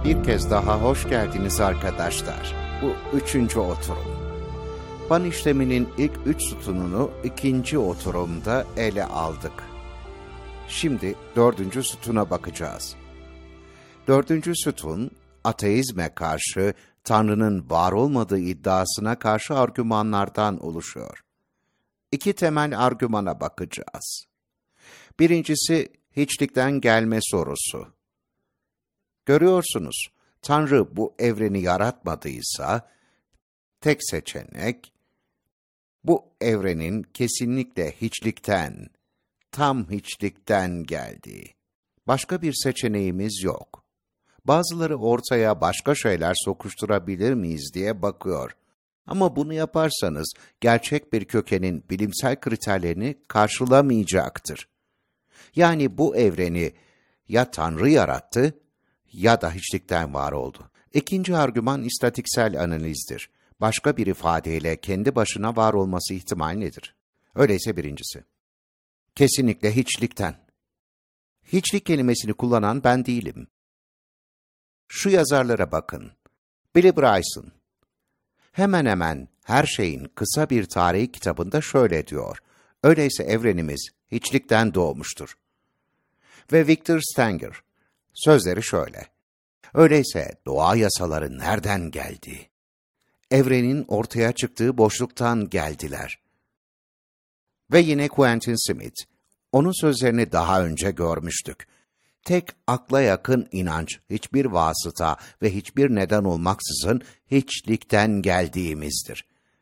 Bir kez daha hoş geldiniz arkadaşlar. Bu 3. oturum. Pan işleminin ilk 3 sütununu 2. oturumda ele aldık. Şimdi 4. sütuna bakacağız. 4. sütun, ateizme karşı Tanrı'nın var olmadığı iddiasına karşı argümanlardan oluşuyor. 2 temel argümana bakacağız. Birincisi, hiçlikten gelme sorusu. Görüyorsunuz, Tanrı bu evreni yaratmadıysa, tek seçenek, bu evrenin kesinlikle hiçlikten, tam hiçlikten geldiği. Başka bir seçeneğimiz yok. Bazıları ortaya başka şeyler sokuşturabilir miyiz diye bakıyor. Ama bunu yaparsanız, gerçek bir kökenin bilimsel kriterlerini karşılamayacaktır. Yani bu evreni ya Tanrı yarattı, ya da hiçlikten var oldu. İkinci argüman istatiksel analizdir. Başka bir ifadeyle kendi başına var olması ihtimal nedir? Öyleyse birincisi. Kesinlikle hiçlikten. Hiçlik kelimesini kullanan ben değilim. Şu yazarlara bakın. Billy Bryson. Hemen hemen her şeyin kısa bir tarihi kitabında şöyle diyor. Öyleyse evrenimiz hiçlikten doğmuştur. Ve Victor Stenger. Sözleri şöyle. Öyleyse doğa yasaları nereden geldi? Evrenin ortaya çıktığı boşluktan geldiler. Ve yine Quentin Smith. Onun sözlerini daha önce görmüştük. Tek akla yakın inanç, hiçbir vasıta ve hiçbir neden olmaksızın hiçlikten geldiğimizdir.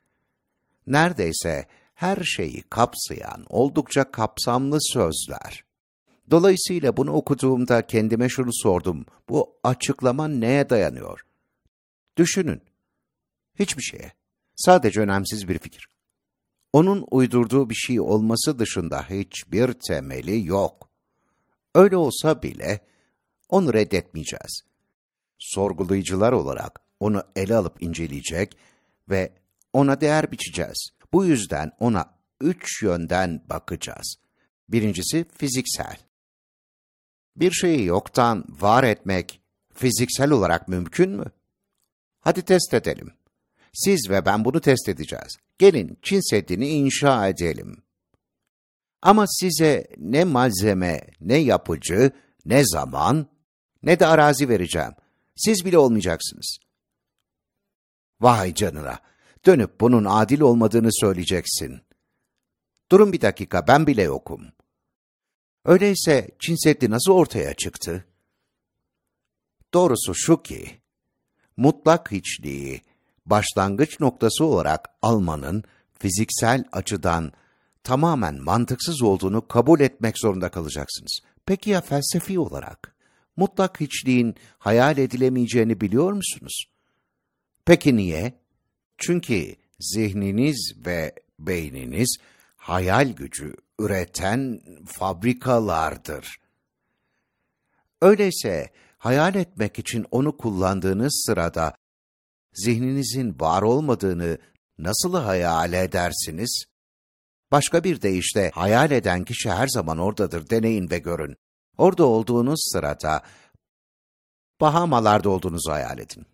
Neredeyse her şeyi kapsayan oldukça kapsamlı sözler. Dolayısıyla bunu okuduğumda kendime şunu sordum. Bu açıklama neye dayanıyor? Düşünün. Hiçbir şeye. Sadece önemsiz bir fikir. Onun uydurduğu bir şey olması dışında hiçbir temeli yok. Öyle olsa bile onu reddetmeyeceğiz. Sorgulayıcılar olarak onu ele alıp inceleyecek ve ona değer biçeceğiz. Bu yüzden ona 3 yönden bakacağız. Birincisi fiziksel. Bir şeyi yoktan var etmek fiziksel olarak mümkün mü? Hadi test edelim. Siz ve ben bunu test edeceğiz. Gelin Çin Seddi'ni inşa edelim. Ama size ne malzeme, ne yapıcı, ne zaman, ne de arazi vereceğim. Siz bile olmayacaksınız. Vay canına! Dönüp bunun adil olmadığını söyleyeceksin. Durun bir dakika, ben bile yokum. Öyleyse Çin Seddi nasıl ortaya çıktı? Doğrusu şu ki, mutlak hiçliği başlangıç noktası olarak almanın fiziksel açıdan tamamen mantıksız olduğunu kabul etmek zorunda kalacaksınız. Peki ya felsefi olarak? Mutlak hiçliğin hayal edilemeyeceğini biliyor musunuz? Peki niye? Çünkü zihniniz ve beyniniz hayal gücü üreten fabrikalardır. Öyleyse hayal etmek için onu kullandığınız sırada zihninizin var olmadığını nasıl hayal edersiniz? Başka bir deyişle hayal eden kişi her zaman oradadır, deneyin ve görün. Orada olduğunuz sırada Bahamalarda olduğunuzu hayal edin.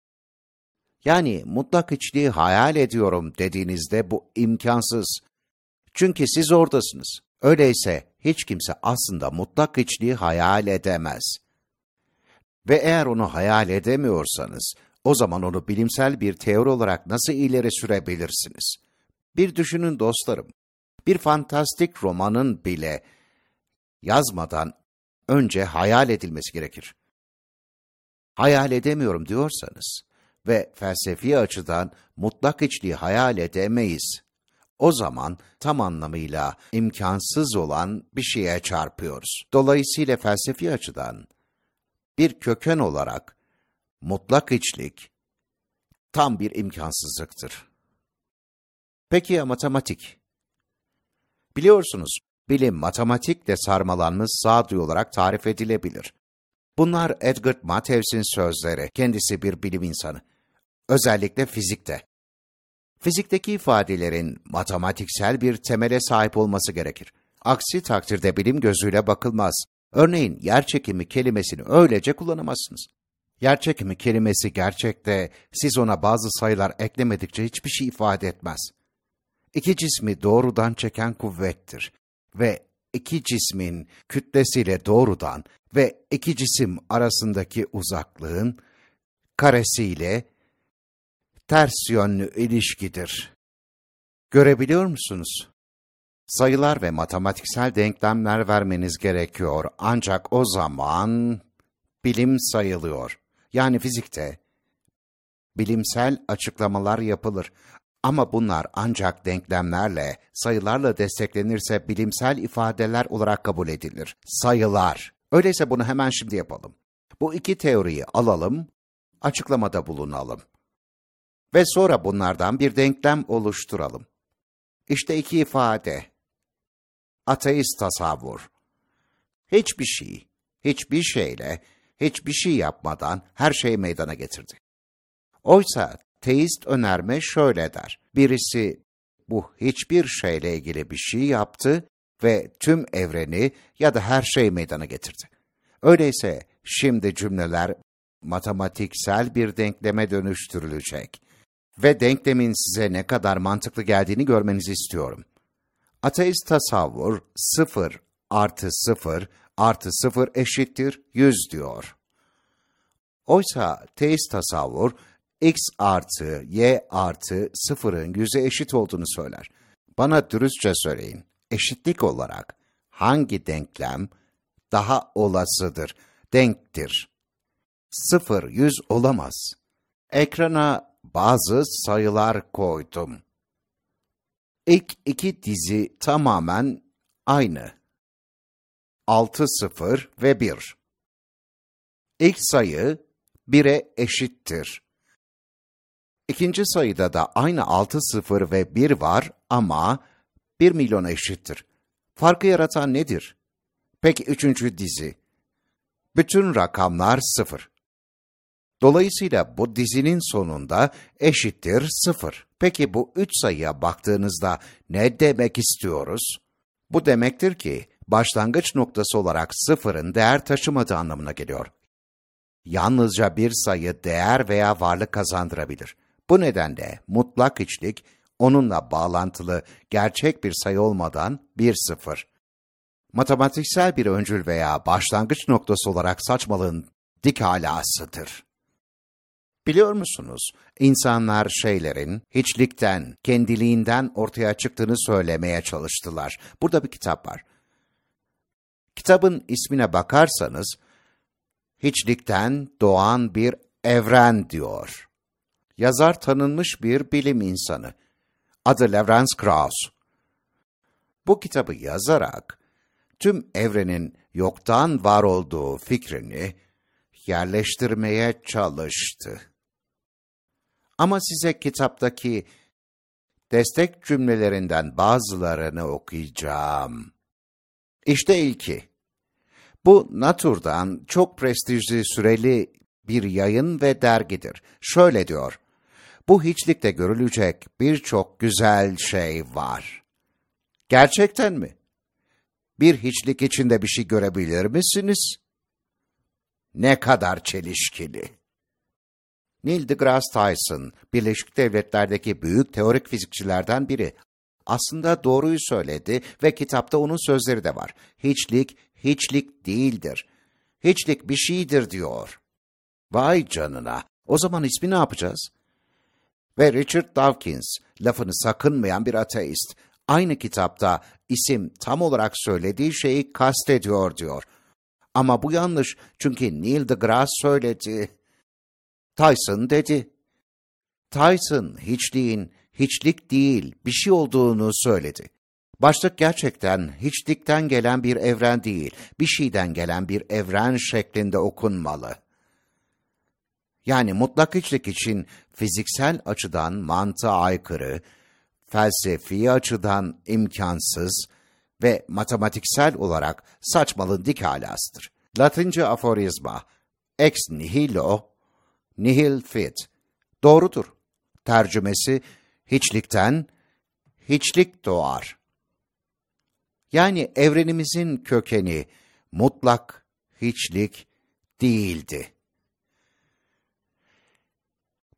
Yani mutlak hiçliği hayal ediyorum dediğinizde bu imkansız. Çünkü siz oradasınız. Öyleyse hiç kimse aslında mutlak hiçliği hayal edemez. Ve eğer onu hayal edemiyorsanız, o zaman onu bilimsel bir teori olarak nasıl ileri sürebilirsiniz? Bir düşünün dostlarım. Bir fantastik romanın bile yazmadan önce hayal edilmesi gerekir. Hayal edemiyorum diyorsanız ve felsefi açıdan mutlak hiçliği hayal edemeyiz. O zaman tam anlamıyla imkansız olan bir şeye çarpıyoruz. Dolayısıyla felsefi açıdan bir köken olarak mutlak hiçlik tam bir imkansızlıktır. Peki ya matematik? Biliyorsunuz, bilim matematikle sarmalanmış sağduyu olarak tarif edilebilir. Bunlar Edgar Mathews'in sözleri, kendisi bir bilim insanı. Özellikle fizikte. Fizikteki ifadelerin matematiksel bir temele sahip olması gerekir. Aksi takdirde bilim gözüyle bakılmaz. Örneğin yerçekimi kelimesini öylece kullanamazsınız. Yerçekimi kelimesi gerçekte siz ona bazı sayılar eklemedikçe hiçbir şey ifade etmez. İki cismi doğrudan çeken kuvvettir ve iki cismin kütlesiyle doğrudan ve iki cisim arasındaki uzaklığın karesiyle ters yönlü ilişkidir. Görebiliyor musunuz? Sayılar ve matematiksel denklemler vermeniz gerekiyor ancak o zaman bilim sayılıyor. Yani fizikte bilimsel açıklamalar yapılır. Ama bunlar ancak denklemlerle, sayılarla desteklenirse bilimsel ifadeler olarak kabul edilir. Sayılar. Öyleyse bunu hemen şimdi yapalım. Bu iki teoriyi alalım, açıklamada bulunalım. Ve sonra bunlardan bir denklem oluşturalım. İşte iki ifade. Ateist tasavvur. Hiçbir şey, hiçbir şeyle, hiçbir şey yapmadan her şeyi meydana getirdi. Oysa teist önerme şöyle der. Birisi bu hiçbir şeyle ilgili bir şey yaptı ve tüm evreni ya da her şeyi meydana getirdi. Öyleyse şimdi cümleler matematiksel bir denkleme dönüştürülecek ve denklemin size ne kadar mantıklı geldiğini görmenizi istiyorum. Ateist tasavvur 0 artı 0 artı 0 eşittir 100 diyor. Oysa teist tasavvur x artı y artı 0'ın 100'e eşit olduğunu söyler. Bana dürüstçe söyleyin, eşitlik olarak hangi denklem daha olasıdır, denktir? 0, 100 olamaz. Ekrana bazı sayılar koydum. İlk iki dizi tamamen aynı. 6, 0 ve 1. İlk sayı 1'e eşittir. İkinci sayıda da aynı 6, 0 ve 1 var ama 1 milyona eşittir. Farkı yaratan nedir? Peki üçüncü dizi. Bütün rakamlar 0. Dolayısıyla bu dizinin sonunda eşittir 0. Peki bu üç sayıya baktığınızda ne demek istiyoruz? Bu demektir ki başlangıç noktası olarak 0'ın değer taşımadığı anlamına geliyor. Yalnızca bir sayı değer veya varlık kazandırabilir. Bu nedenle mutlak hiçlik, onunla bağlantılı gerçek bir sayı olmadan bir sıfır. Matematiksel bir öncül veya başlangıç noktası olarak saçmalığın dik alasıdır. Biliyor musunuz, insanlar şeylerin hiçlikten, kendiliğinden ortaya çıktığını söylemeye çalıştılar. Burada bir kitap var. Kitabın ismine bakarsanız, hiçlikten doğan bir evren diyor. Yazar tanınmış bir bilim insanı. Adı Lawrence Krauss. Bu kitabı yazarak tüm evrenin yoktan var olduğu fikrini yerleştirmeye çalıştı. Ama size kitaptaki destek cümlelerinden bazılarını okuyacağım. İşte ilki. Bu Natur'dan çok prestijli süreli bir yayın ve dergidir. Şöyle diyor, bu hiçlikte görülecek birçok güzel şey var. Gerçekten mi? Bir hiçlik içinde bir şey görebilir misiniz? Ne kadar çelişkili. Neil deGrasse Tyson, Birleşik Devletler'deki büyük teorik fizikçilerden biri. Aslında doğruyu söyledi ve kitapta onun sözleri de var. Hiçlik, hiçlik değildir. Hiçlik bir şeydir diyor. Vay canına, o zaman ismi ne yapacağız? Ve Richard Dawkins, lafını sakınmayan bir ateist, aynı kitapta isim tam olarak söylediği şeyi kastediyor diyor. Ama bu yanlış çünkü Neil deGrasse söyledi. Tyson dedi. Tyson hiçliğin hiçlik değil bir şey olduğunu söyledi. Başlık gerçekten hiçlikten gelen bir evren değil, bir şeyden gelen bir evren şeklinde okunmalı. Yani mutlak hiçlik için fiziksel açıdan mantığa aykırı, felsefi açıdan imkansız ve matematiksel olarak saçmalığın dik alasıdır. Latince aforizma, ex nihilo, nihil fit. Doğrudur. Tercümesi, hiçlikten hiçlik doğar. Yani evrenimizin kökeni mutlak hiçlik değildi.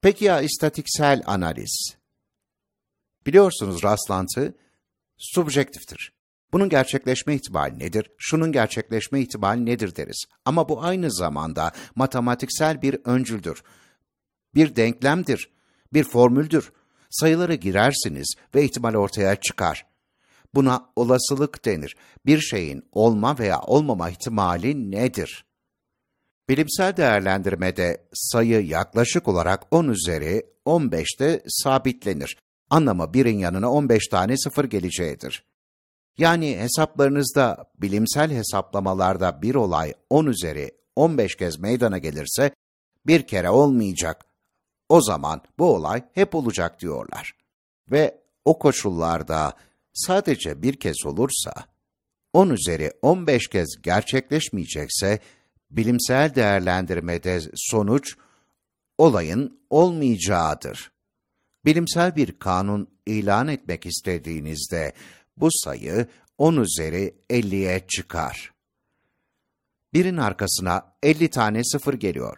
Peki ya istatiksel analiz? Biliyorsunuz rastlantı subjektiftir. Bunun gerçekleşme ihtimali nedir? Şunun gerçekleşme ihtimali nedir deriz. Ama bu aynı zamanda matematiksel bir öncüldür. Bir denklemdir, bir formüldür. Sayıları girersiniz ve ihtimal ortaya çıkar. Buna olasılık denir. Bir şeyin olma veya olmama ihtimali nedir? Bilimsel değerlendirmede sayı yaklaşık olarak 10 üzeri 15'te sabitlenir. Anlamı birin yanına 15 tane sıfır geleceğidir. Yani hesaplarınızda, bilimsel hesaplamalarda bir olay 10 üzeri 15 kez meydana gelirse, bir kere olmayacak. O zaman bu olay hep olacak diyorlar. Ve o koşullarda sadece bir kez olursa, 10 üzeri 15 kez gerçekleşmeyecekse, bilimsel değerlendirmede sonuç, olayın olmayacağıdır. Bilimsel bir kanun ilan etmek istediğinizde, bu sayı 10 üzeri 50'ye çıkar. Birin arkasına 50 tane sıfır geliyor.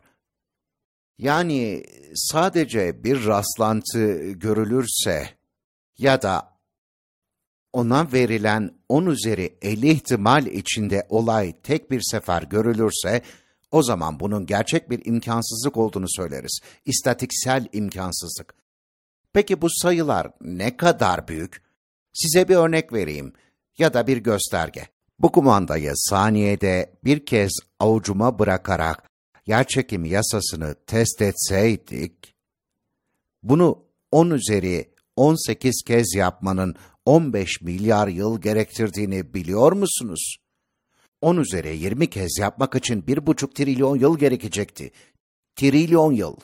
Yani sadece bir rastlantı görülürse ya da ona verilen 10 üzeri 50 ihtimal içinde olay tek bir sefer görülürse, o zaman bunun gerçek bir imkansızlık olduğunu söyleriz. İstatiksel imkansızlık. Peki bu sayılar ne kadar büyük? Size bir örnek vereyim ya da bir gösterge. Bu kumandayı saniyede bir kez avucuma bırakarak yerçekim yasasını test etseydik, bunu 10 üzeri 18 kez yapmanın 15 milyar yıl gerektirdiğini biliyor musunuz? 10 üzeri 20 kez yapmak için 1,5 trilyon yıl gerekecekti. Trilyon yıl.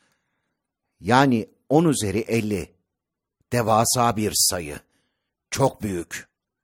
Yani 10 üzeri 50. Devasa bir sayı. Çok büyük.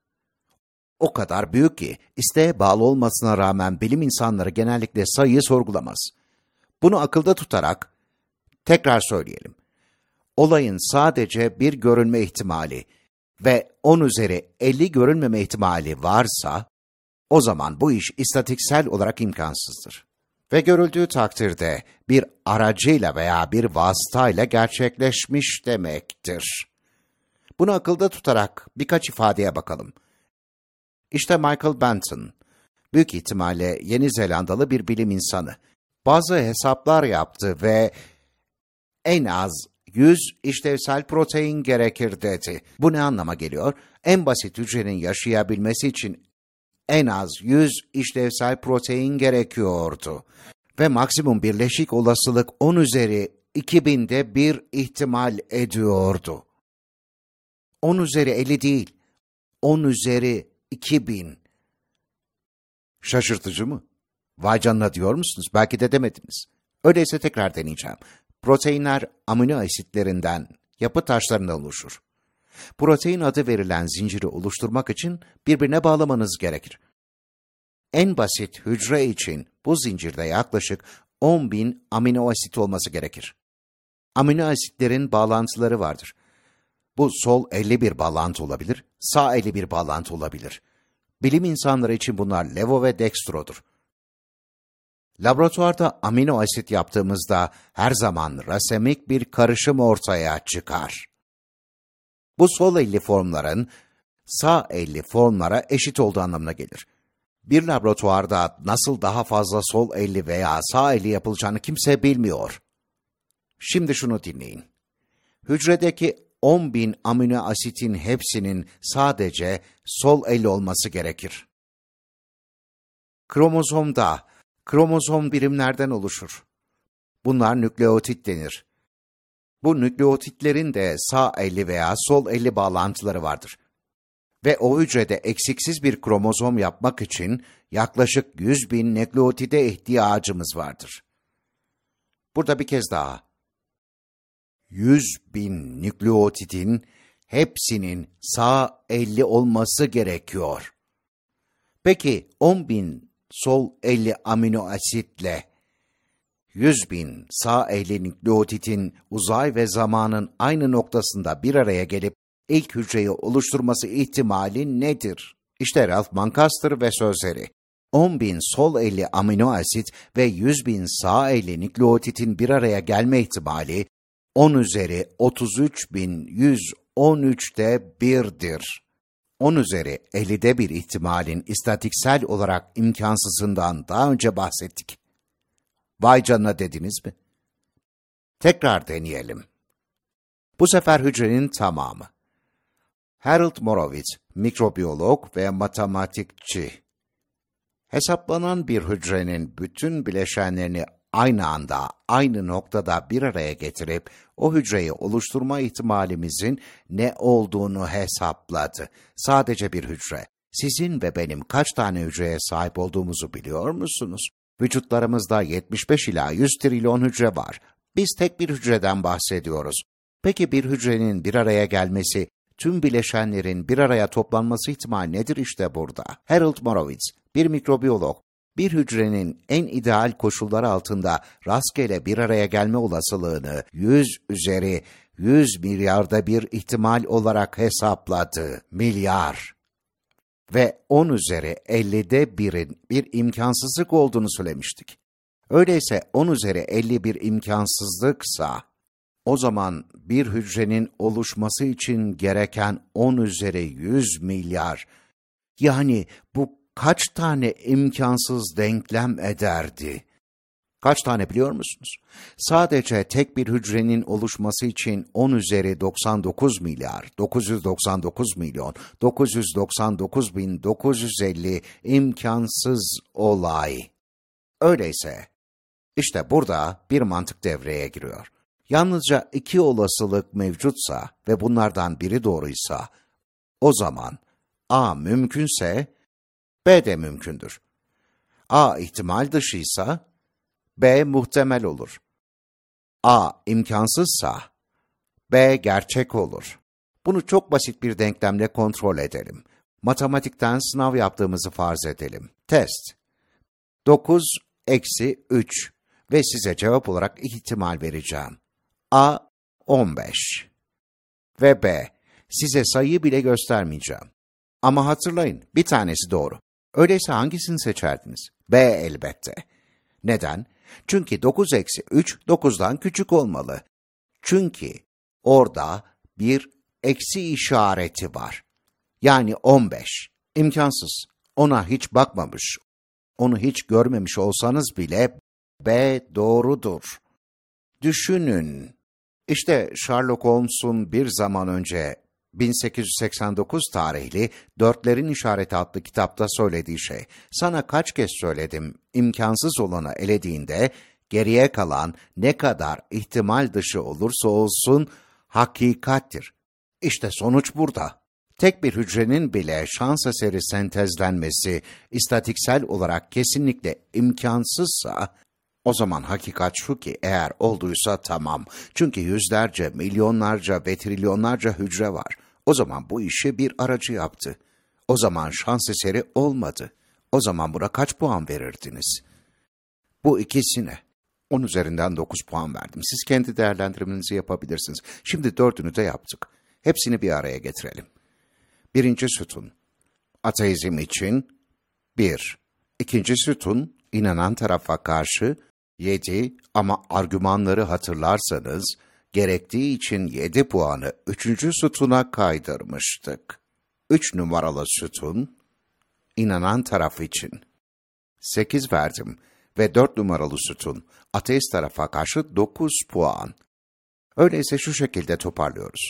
O kadar büyük ki isteğe bağlı olmasına rağmen bilim insanları genellikle sayıyı sorgulamaz. Bunu akılda tutarak tekrar söyleyelim. Olayın sadece bir görünme ihtimali ve 10 üzeri 50 görünmeme ihtimali varsa, o zaman bu iş istatiksel olarak imkansızdır. Ve görüldüğü takdirde bir aracıyla veya bir vasıtayla gerçekleşmiş demektir. Bunu akılda tutarak birkaç ifadeye bakalım. İşte Michael Benton, büyük ihtimalle Yeni Zelandalı bir bilim insanı. Bazı hesaplar yaptı ve en az 100 işlevsel protein gerekir dedi. Bu ne anlama geliyor? En basit hücrenin yaşayabilmesi için en az 100 işlevsel protein gerekiyordu. Ve maksimum birleşik olasılık 10 üzeri 2000'de bir ihtimal ediyordu. 10 üzeri 50 değil, 10 üzeri 2000. Şaşırtıcı mı? Vay canına diyor musunuz? Belki de demediniz. Öyleyse tekrar deneyeceğim. Proteinler amino asitlerinden, yapı taşlarından oluşur. Protein adı verilen zinciri oluşturmak için birbirine bağlamanız gerekir. En basit hücre için bu zincirde yaklaşık 10.000 amino asit olması gerekir. Amino asitlerin bağlantıları vardır. Bu sol 51 bağlantı olabilir, sağ 51 bağlantı olabilir. Bilim insanları için bunlar levo ve dextrodur. Laboratuvarda amino asit yaptığımızda her zaman rasemik bir karışım ortaya çıkar. Bu sol 50 formların sağ 50 formlara eşit olduğu anlamına gelir. Bir laboratuvarda nasıl daha fazla sol 50 veya sağ 50 yapılacağını kimse bilmiyor. Şimdi şunu dinleyin. Hücredeki 10.000 amino asitin hepsinin sadece sol 50 olması gerekir. Kromozom birimlerden oluşur. Bunlar nükleotit denir. Bu nükleotitlerin de sağ 50 veya sol 50 bağlantıları vardır. Ve o hücrede eksiksiz bir kromozom yapmak için yaklaşık 100.000 nükleotide ihtiyacımız vardır. Burada bir kez daha. 100.000 nükleotidin hepsinin sağ 50 olması gerekiyor. Peki 10.000 sol 50 amino asitle 100.000 sağ 50 nükleotidin uzay ve zamanın aynı noktasında bir araya gelip ilk hücreyi oluşturması ihtimali nedir? İşte Ralph Muncaster ve sözleri. 10.000 sol 50 amino asit ve 100.000 sağ 50 nükleotidin bir araya gelme ihtimali 10 üzeri 33.113'te 1'dir. 10 üzeri 50'de bir ihtimalin istatistiksel olarak imkansızından daha önce bahsettik. Vay canına dediniz mi? Tekrar deneyelim. Bu sefer hücrenin tamamı. Harold Morowitz, mikrobiyolog ve matematikçi. Hesaplanan bir hücrenin bütün bileşenlerini aynı anda, aynı noktada bir araya getirip o hücreyi oluşturma ihtimalimizin ne olduğunu hesapladı. Sadece bir hücre. Sizin ve benim kaç tane hücreye sahip olduğumuzu biliyor musunuz? Vücutlarımızda 75 ila 100 trilyon hücre var. Biz tek bir hücreden bahsediyoruz. Peki bir hücrenin bir araya gelmesi, tüm bileşenlerin bir araya toplanması ihtimali nedir işte burada? Harold Morowitz, bir mikrobiyolog, bir hücrenin en ideal koşullar altında rastgele bir araya gelme olasılığını 100 üzeri 100 milyarda bir ihtimal olarak hesapladı. Milyar. Ve 10 üzeri 50'de birin bir imkansızlık olduğunu söylemiştik. Öyleyse 10 üzeri 50 bir imkansızlıksa, o zaman bir hücrenin oluşması için gereken 10 üzeri 100 milyar, yani bu kaç tane imkansız denklem ederdi? Kaç tane biliyor musunuz? Sadece tek bir hücrenin oluşması için 10 üzeri 99 milyar, 999 milyon, 999.950 imkansız olay. Öyleyse, işte burada bir mantık devreye giriyor. Yalnızca iki olasılık mevcutsa ve bunlardan biri doğruysa, o zaman A mümkünse B de mümkündür. A ihtimal dışıysa B muhtemel olur. A imkansızsa B gerçek olur. Bunu çok basit bir denklemle kontrol edelim. Matematikten sınav yaptığımızı farz edelim. Test. 9 eksi 3 ve size cevap olarak ihtimal vereceğim. A 15 ve B. Size sayıyı bile göstermeyeceğim. Ama hatırlayın, bir tanesi doğru. Öyleyse hangisini seçerdiniz? B elbette. Neden? Çünkü 9 eksi 3 9'dan küçük olmalı. Çünkü orada bir eksi işareti var. Yani 15. İmkansız. Ona hiç bakmamış, onu hiç görmemiş olsanız bile B doğrudur. Düşünün. İşte Sherlock Holmes'un bir zaman önce 1889 tarihli Dörtlerin İşareti adlı kitapta söylediği şey. Sana kaç kez söyledim, imkansız olanı elediğinde geriye kalan ne kadar ihtimal dışı olursa olsun hakikattir. İşte sonuç burada. Tek bir hücrenin bile şans eseri sentezlenmesi istatistiksel olarak kesinlikle imkansızsa, o zaman hakikat şu ki eğer olduysa tamam. Çünkü yüzlerce, milyonlarca ve trilyonlarca hücre var. O zaman bu işi bir aracı yaptı. O zaman şans eseri olmadı. O zaman buna kaç puan verirdiniz? Bu ikisine 10 üzerinden 9 puan verdim. Siz kendi değerlendirmenizi yapabilirsiniz. Şimdi dördünü de yaptık. Hepsini bir araya getirelim. Birinci sütun, ateizm için 1. İkinci sütun, inanan tarafa karşı 7 ama argümanları hatırlarsanız, gerektiği için 7 puanı 3. sütuna kaydırmıştık. 3 numaralı sütun, inanan taraf için 8 verdim ve 4 numaralı sütun, ateist tarafa karşı 9 puan. Öyleyse şu şekilde toparlıyoruz.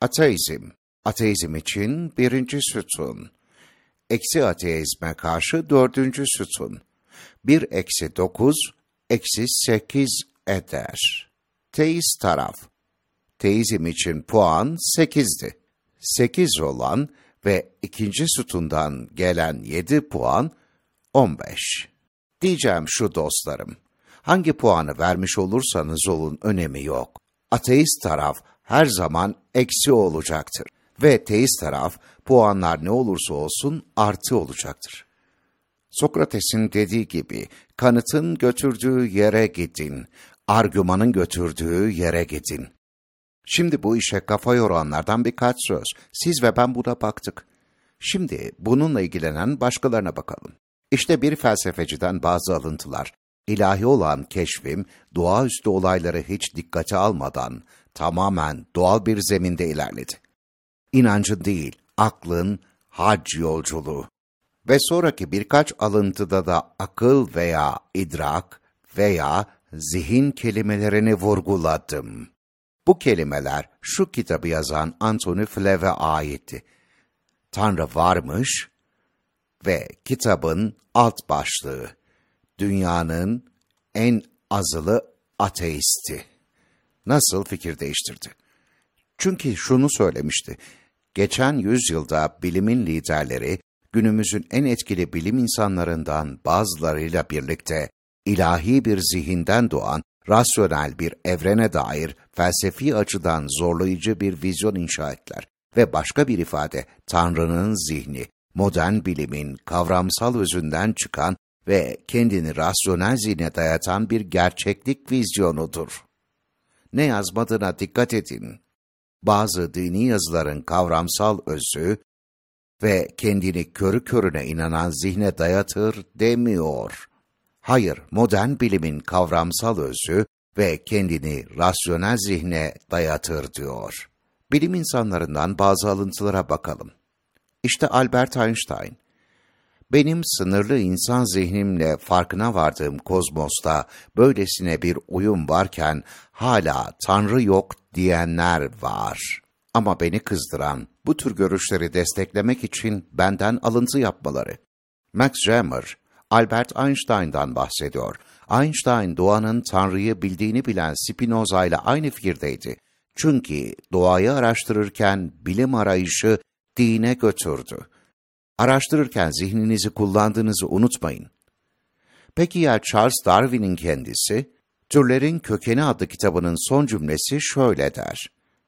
Ateizm için 1. sütun, eksi ateizme karşı 4. sütun, 1 eksi 9, eksi 8 eder. Teist taraf, teizm için puan 8'di. 8 olan ve 2. sütundan gelen 7 puan 15. Diyeceğim şu dostlarım, hangi puanı vermiş olursanız olun önemi yok. Ateist taraf her zaman eksi olacaktır ve teist taraf puanlar ne olursa olsun artı olacaktır. Sokrates'in dediği gibi, kanıtın götürdüğü yere gidin, argümanın götürdüğü yere gidin. Şimdi bu işe kafa yoranlardan birkaç söz. Siz ve ben buna baktık. Şimdi bununla ilgilenen başkalarına bakalım. İşte bir felsefeciden bazı alıntılar. İlahi olan keşfim, doğaüstü olayları hiç dikkate almadan, tamamen doğal bir zeminde ilerledi. İnancın değil, aklın hac yolculuğu. Ve sonraki birkaç alıntıda da akıl veya idrak veya zihin kelimelerini vurguladım. Bu kelimeler şu kitabı yazan Anthony Flewe aitti. Tanrı varmış ve kitabın alt başlığı, dünyanın en azılı ateisti. Nasıl fikir değiştirdi? Çünkü şunu söylemişti, geçen yüzyılda bilimin liderleri, günümüzün en etkili bilim insanlarından bazılarıyla birlikte, ilahi bir zihinden doğan, rasyonel bir evrene dair felsefi açıdan zorlayıcı bir vizyon inşa ettiler. Ve başka bir ifade, Tanrı'nın zihni, modern bilimin kavramsal özünden çıkan ve kendini rasyonel zihne dayatan bir gerçeklik vizyonudur. Ne yazmadığına dikkat edin. Bazı dini yazıların kavramsal özü ve kendini körü körüne inanan zihne dayatır demiyor. Hayır, modern bilimin kavramsal özü ve kendini rasyonel zihne dayatır diyor. Bilim insanlarından bazı alıntılara bakalım. İşte Albert Einstein, benim sınırlı insan zihnimle farkına vardığım kozmosta böylesine bir uyum varken hala Tanrı yok diyenler var. Ama beni kızdıran bu tür görüşleri desteklemek için benden alıntı yapmaları. Max Jammer, Albert Einstein'dan bahsediyor. Einstein doğanın Tanrı'yı bildiğini bilen Spinoza ile aynı fikirdeydi. Çünkü doğayı araştırırken bilim arayışı dine götürdü. Araştırırken zihninizi kullandığınızı unutmayın. Peki ya Charles Darwin'in kendisi? Türlerin Kökeni adlı kitabının son cümlesi şöyle der.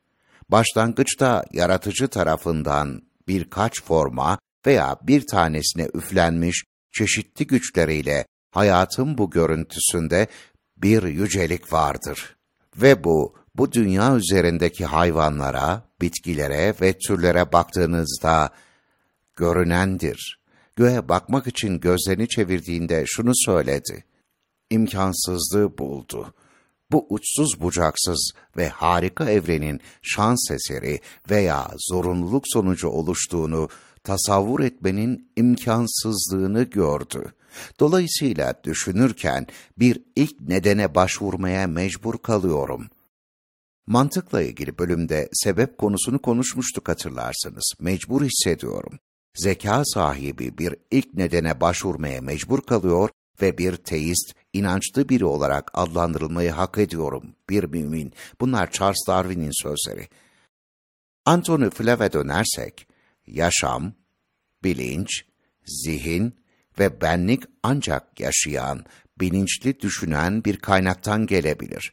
Başlangıçta yaratıcı tarafından birkaç forma veya bir tanesine üflenmiş çeşitli güçleriyle hayatın bu görüntüsünde bir yücelik vardır. Ve bu dünya üzerindeki hayvanlara, bitkilere ve türlere baktığınızda görünendir. Göğe bakmak için gözlerini çevirdiğinde şunu söyledi. İmkansızlığı buldu. Bu uçsuz bucaksız ve harika evrenin şans eseri veya zorunluluk sonucu oluştuğunu tasavvur etmenin imkansızlığını gördü. Dolayısıyla düşünürken bir ilk nedene başvurmaya mecbur kalıyorum. Mantıkla ilgili bölümde sebep konusunu konuşmuştuk hatırlarsınız. Mecbur hissediyorum. Zeka sahibi bir ilk nedene başvurmaya mecbur kalıyor ve bir teist, inançlı biri olarak adlandırılmayı hak ediyorum. Bir mümin. Bunlar Charles Darwin'in sözleri. Anthony Flewe dönersek, yaşam, bilinç, zihin ve benlik ancak yaşayan, bilinçli düşünen bir kaynaktan gelebilir.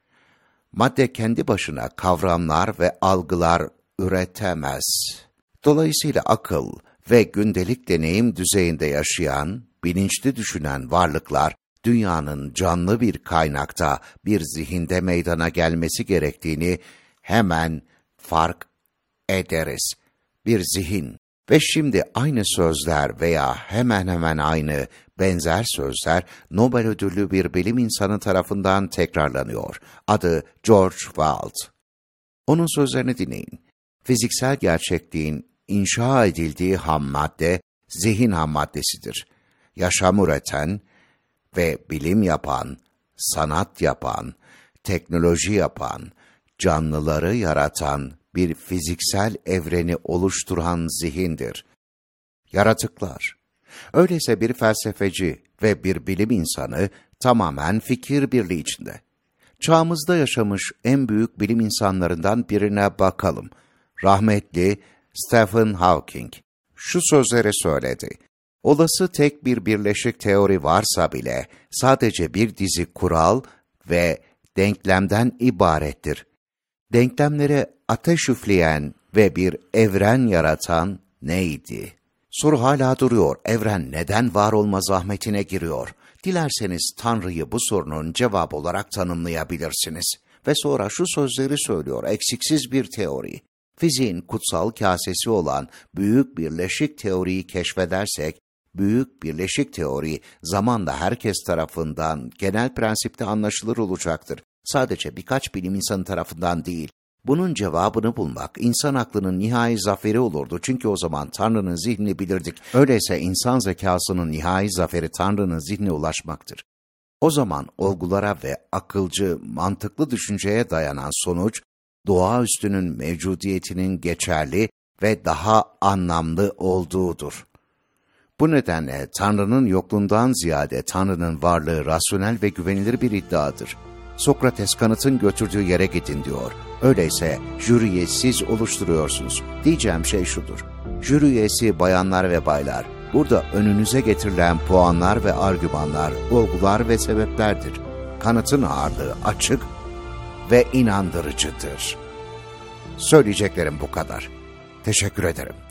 Madde kendi başına kavramlar ve algılar üretemez. Dolayısıyla akıl ve gündelik deneyim düzeyinde yaşayan, bilinçli düşünen varlıklar, dünyanın canlı bir kaynakta, bir zihinde meydana gelmesi gerektiğini hemen fark ederiz. Bir zihin. Ve şimdi aynı sözler veya hemen hemen aynı benzer sözler Nobel ödüllü bir bilim insanı tarafından tekrarlanıyor. Adı George Wald. Onun sözlerini dinleyin. Fiziksel gerçekliğin inşa edildiği ham madde, zihin ham maddesidir. Yaşam üreten ve bilim yapan, sanat yapan, teknoloji yapan, canlıları yaratan bir fiziksel evreni oluşturan zihindir. Yaratıklar. Öyleyse bir felsefeci ve bir bilim insanı tamamen fikir birliği içinde. Çağımızda yaşamış en büyük bilim insanlarından birine bakalım. Rahmetli Stephen Hawking şu sözleri söyledi. Olası tek bir birleşik teori varsa bile sadece bir dizi kural ve denklemden ibarettir. Denklemlere ateş üfleyen ve bir evren yaratan neydi? Soru hala duruyor. Evren neden var olma zahmetine giriyor? Dilerseniz Tanrı'yı bu sorunun cevabı olarak tanımlayabilirsiniz. Ve sonra şu sözleri söylüyor, eksiksiz bir teori. Fiziğin kutsal kasesi olan büyük birleşik teoriyi keşfedersek, büyük birleşik teori zamanla herkes tarafından genel prensipte anlaşılır olacaktır. Sadece birkaç bilim insanı tarafından değil. Bunun cevabını bulmak insan aklının nihai zaferi olurdu. Çünkü o zaman Tanrı'nın zihnini bilirdik. Öyleyse insan zekasının nihai zaferi Tanrı'nın zihnine ulaşmaktır. O zaman olgulara ve akılcı, mantıklı düşünceye dayanan sonuç, doğaüstünün mevcudiyetinin geçerli ve daha anlamlı olduğudur. Bu nedenle Tanrı'nın yokluğundan ziyade Tanrı'nın varlığı rasyonel ve güvenilir bir iddiadır. Sokrates kanıtın götürdüğü yere gidin diyor. Öyleyse jüriyi siz oluşturuyorsunuz. Diyeceğim şey şudur. Jüri üyesi bayanlar ve baylar, burada önünüze getirilen puanlar ve argümanlar, olgular ve sebeplerdir. Kanıtın ağırlığı açık ve inandırıcıdır. Söyleyeceklerim bu kadar. Teşekkür ederim.